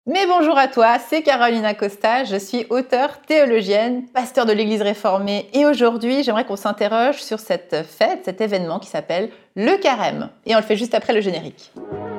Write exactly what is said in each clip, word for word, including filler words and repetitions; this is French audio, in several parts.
Mais bonjour à toi, c'est Caroline Acosta, je suis auteure, théologienne, pasteur de l'Église réformée et aujourd'hui j'aimerais qu'on s'interroge sur cette fête, cet événement qui s'appelle le Carême. Et on le fait juste après le générique.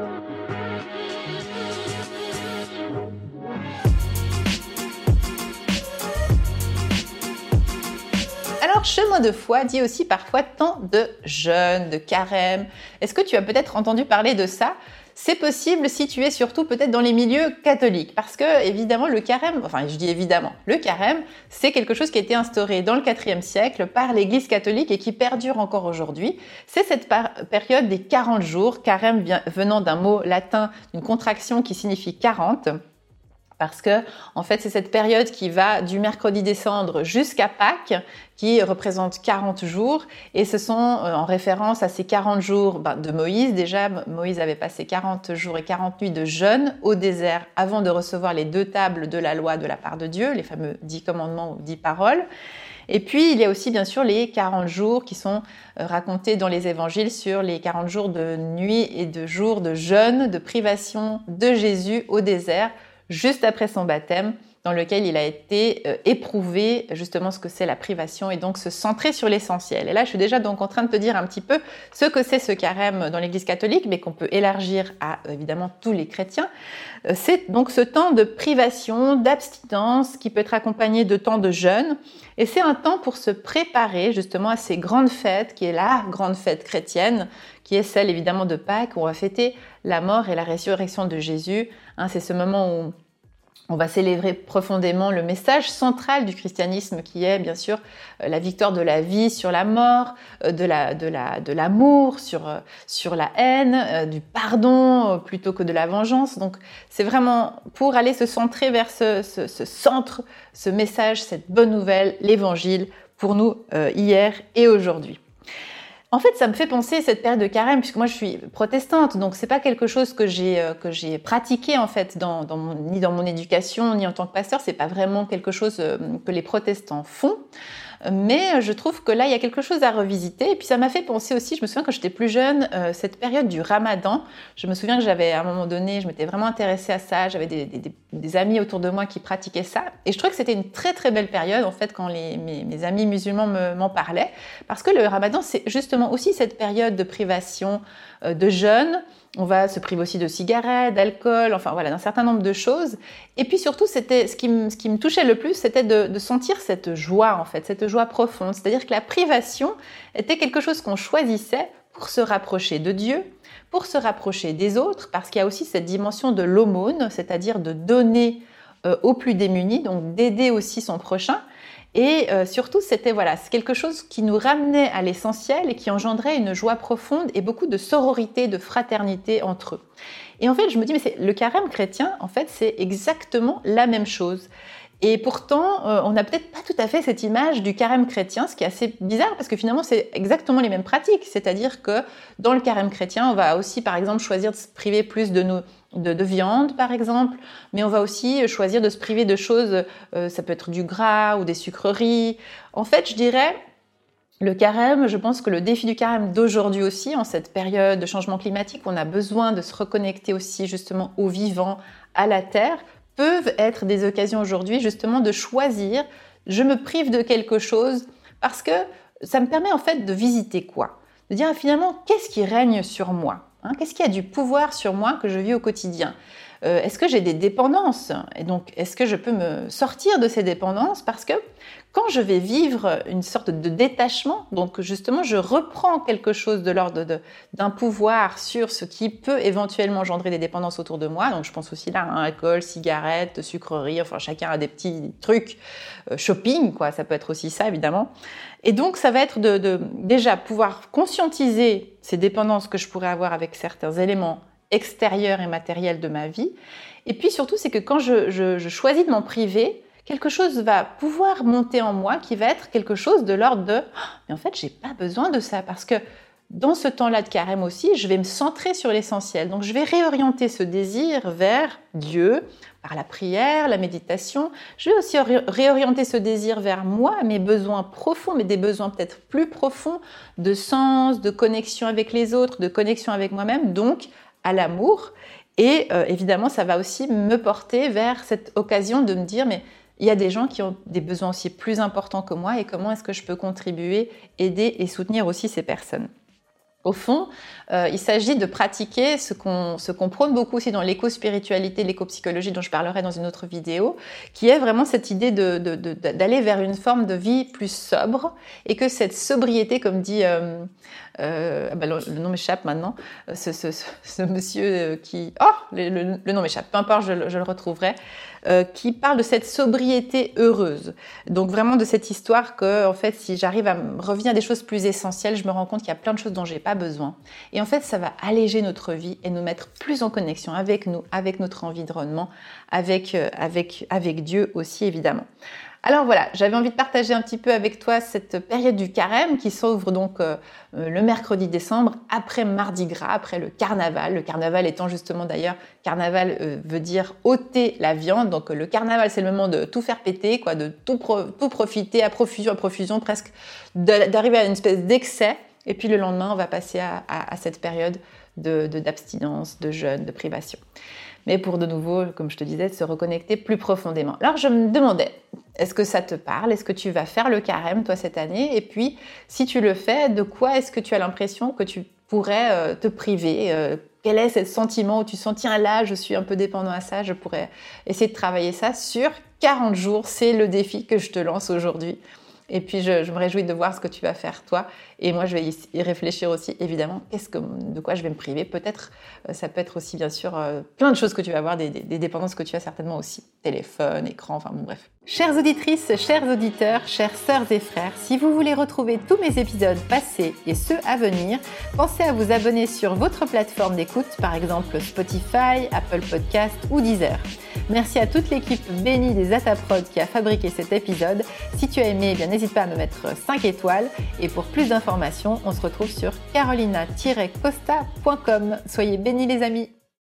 Alors, chemin de foi dit aussi parfois temps de jeûne, de carême. Est-ce que tu as peut-être entendu parler de ça ? C'est possible si tu es surtout peut-être dans les milieux catholiques, parce que évidemment le carême, enfin je dis évidemment, le carême, c'est quelque chose qui a été instauré dans le quatrième siècle par l'Église catholique et qui perdure encore aujourd'hui. C'est cette par- période des quarante jours, carême vient, venant d'un mot latin, d'une contraction qui signifie quarante. Parce que, en fait, c'est cette période qui va du mercredi des cendres jusqu'à Pâques, qui représente quarante jours. Et ce sont euh, en référence à ces quarante jours ben, de Moïse. Déjà, Moïse avait passé quarante jours et quarante nuits de jeûne au désert avant de recevoir les deux tables de la loi de la part de Dieu, les fameux dix commandements ou dix paroles. Et puis, il y a aussi, bien sûr, les quarante jours qui sont racontés dans les évangiles sur les quarante jours de nuit et de jours de jeûne, de privation de Jésus au désert, juste après son baptême, dans lequel il a été euh, éprouvé justement ce que c'est la privation et donc se centrer sur l'essentiel. Et là, je suis déjà donc en train de te dire un petit peu ce que c'est ce carême dans l'Église catholique, mais qu'on peut élargir à évidemment tous les chrétiens. Euh, c'est donc ce temps de privation, d'abstinence qui peut être accompagné de temps de jeûne. Et c'est un temps pour se préparer justement à ces grandes fêtes, qui est la grande fête chrétienne, qui est celle évidemment de Pâques, où on va fêter la mort et la résurrection de Jésus. Hein, c'est ce moment où on va célébrer profondément le message central du christianisme qui est bien sûr la victoire de la vie sur la mort, de, la, de, la, de l'amour sur, sur la haine, du pardon plutôt que de la vengeance. Donc c'est vraiment pour aller se centrer vers ce, ce, ce centre, ce message, cette bonne nouvelle, l'évangile pour nous euh, hier et aujourd'hui. En fait, ça me fait penser cette période de carême, puisque moi je suis protestante, donc c'est pas quelque chose que j'ai euh, que j'ai pratiqué en fait dans, dans mon, ni dans mon éducation ni en tant que pasteur. C'est pas vraiment quelque chose euh, que les protestants font. Mais je trouve que là, il y a quelque chose à revisiter. Et puis ça m'a fait penser aussi, je me souviens quand j'étais plus jeune, euh, cette période du Ramadan. Je me souviens que j'avais, à un moment donné, je m'étais vraiment intéressée à ça. J'avais des, des, des amis autour de moi qui pratiquaient ça. Et je trouvais que c'était une très très belle période, en fait, quand les, mes, mes amis musulmans me, m'en parlaient. Parce que le Ramadan, c'est justement aussi cette période de privation, euh, de jeûne. On va se priver aussi de cigarettes, d'alcool, enfin voilà, d'un certain nombre de choses. Et puis surtout, c'était ce qui me, ce qui me touchait le plus, c'était de, de sentir cette joie en fait, cette joie profonde. C'est-à-dire que la privation était quelque chose qu'on choisissait pour se rapprocher de Dieu, pour se rapprocher des autres, parce qu'il y a aussi cette dimension de l'aumône, c'est-à-dire de donner euh, aux plus démunis, donc d'aider aussi son prochain. Et euh, surtout, c'était voilà, c'est quelque chose qui nous ramenait à l'essentiel et qui engendrait une joie profonde et beaucoup de sororité, de fraternité entre eux. Et en fait, je me dis, mais c'est, le carême chrétien, en fait, c'est exactement la même chose. Et pourtant, euh, on n'a peut-être pas tout à fait cette image du carême chrétien, ce qui est assez bizarre parce que finalement, c'est exactement les mêmes pratiques. C'est-à-dire que dans le carême chrétien, on va aussi, par exemple, choisir de se priver plus de nos De, de viande par exemple, mais on va aussi choisir de se priver de choses, euh, ça peut être du gras ou des sucreries. En fait, je dirais, le carême, je pense que le défi du carême d'aujourd'hui aussi, en cette période de changement climatique, on a besoin de se reconnecter aussi justement au vivant, à la terre, peuvent être des occasions aujourd'hui justement de choisir, je me prive de quelque chose, parce que ça me permet en fait de visiter quoi ? De dire finalement, qu'est-ce qui règne sur moi ? Hein, qu'est-ce qui a du pouvoir sur moi que je vis au quotidien ? euh, Est-ce que j'ai des dépendances ? Et donc, est-ce que je peux me sortir de ces dépendances ? Parce que quand je vais vivre une sorte de détachement, donc justement, je reprends quelque chose de l'ordre de, d'un pouvoir sur ce qui peut éventuellement engendrer des dépendances autour de moi. Donc, je pense aussi là, hein, alcool, cigarettes, sucreries, enfin, chacun a des petits trucs. Euh, shopping, quoi, ça peut être aussi ça, évidemment. Et donc, ça va être de, de déjà pouvoir conscientiser ces dépendances que je pourrais avoir avec certains éléments extérieurs et matériels de ma vie. Et puis surtout, c'est que quand je, je, je choisis de m'en priver, quelque chose va pouvoir monter en moi qui va être quelque chose de l'ordre de oh, « mais en fait, j'ai pas besoin de ça parce que dans ce temps-là de carême aussi, je vais me centrer sur l'essentiel. Donc, je vais réorienter ce désir vers Dieu, par la prière, la méditation. Je vais aussi ré- réorienter ce désir vers moi, mes besoins profonds, mais des besoins peut-être plus profonds de sens, de connexion avec les autres, de connexion avec moi-même, donc à l'amour. Et euh, évidemment, ça va aussi me porter vers cette occasion de me dire, mais il y a des gens qui ont des besoins aussi plus importants que moi et comment est-ce que je peux contribuer, aider et soutenir aussi ces personnes. Au fond, euh, il s'agit de pratiquer ce qu'on, ce qu'on prône beaucoup aussi dans l'éco-spiritualité, l'éco-psychologie dont je parlerai dans une autre vidéo, qui est vraiment cette idée de, de, de, d'aller vers une forme de vie plus sobre et que cette sobriété, comme dit, euh, euh, bah le, le nom m'échappe maintenant, ce, ce, ce, ce monsieur qui... Oh, le, le, le nom m'échappe, peu importe, je, je le retrouverai, euh, qui parle de cette sobriété heureuse. Donc vraiment de cette histoire que, en fait, si j'arrive à revenir à des choses plus essentielles, je me rends compte qu'il y a plein de choses dont j'ai pas besoin. Et en fait, ça va alléger notre vie et nous mettre plus en connexion avec nous, avec notre environnement, avec, euh, avec, avec Dieu aussi, évidemment. Alors voilà, j'avais envie de partager un petit peu avec toi cette période du carême qui s'ouvre donc euh, le mercredi décembre, après Mardi Gras, après le carnaval. Le carnaval étant justement d'ailleurs, carnaval euh, veut dire ôter la viande. Donc le carnaval, c'est le moment de tout faire péter, quoi, de tout, pro- tout profiter à profusion, à profusion, presque de, d'arriver à une espèce d'excès. Et puis le lendemain, on va passer à, à, à cette période de, de, d'abstinence, de jeûne, de privation. Mais pour de nouveau, comme je te disais, de se reconnecter plus profondément. Alors je me demandais, est-ce que ça te parle? Est-ce que tu vas faire le carême toi cette année? Et puis, si tu le fais, de quoi est-ce que tu as l'impression que tu pourrais euh, te priver? euh, Quel est ce sentiment où tu sens, tiens là, je suis un peu dépendant à ça, je pourrais essayer de travailler ça sur quarante jours. C'est le défi que je te lance aujourd'hui. Et puis, je, je me réjouis de voir ce que tu vas faire, toi. Et moi, je vais y réfléchir aussi, évidemment, qu'est-ce que, de quoi je vais me priver. Peut-être, euh, ça peut être aussi, bien sûr, euh, plein de choses que tu vas avoir, des, des, des dépendances que tu as certainement aussi. Téléphone, écran, enfin bon, bref. Chères auditrices, chers auditeurs, chères sœurs et frères, si vous voulez retrouver tous mes épisodes passés et ceux à venir, pensez à vous abonner sur votre plateforme d'écoute, par exemple Spotify, Apple Podcast ou Deezer. Merci à toute l'équipe bénie des Ataprod qui a fabriqué cet épisode. Si tu as aimé, eh bien n'hésite pas à me mettre cinq étoiles. Et pour plus d'informations, on se retrouve sur carolina tiret costa point com. Soyez bénis les amis.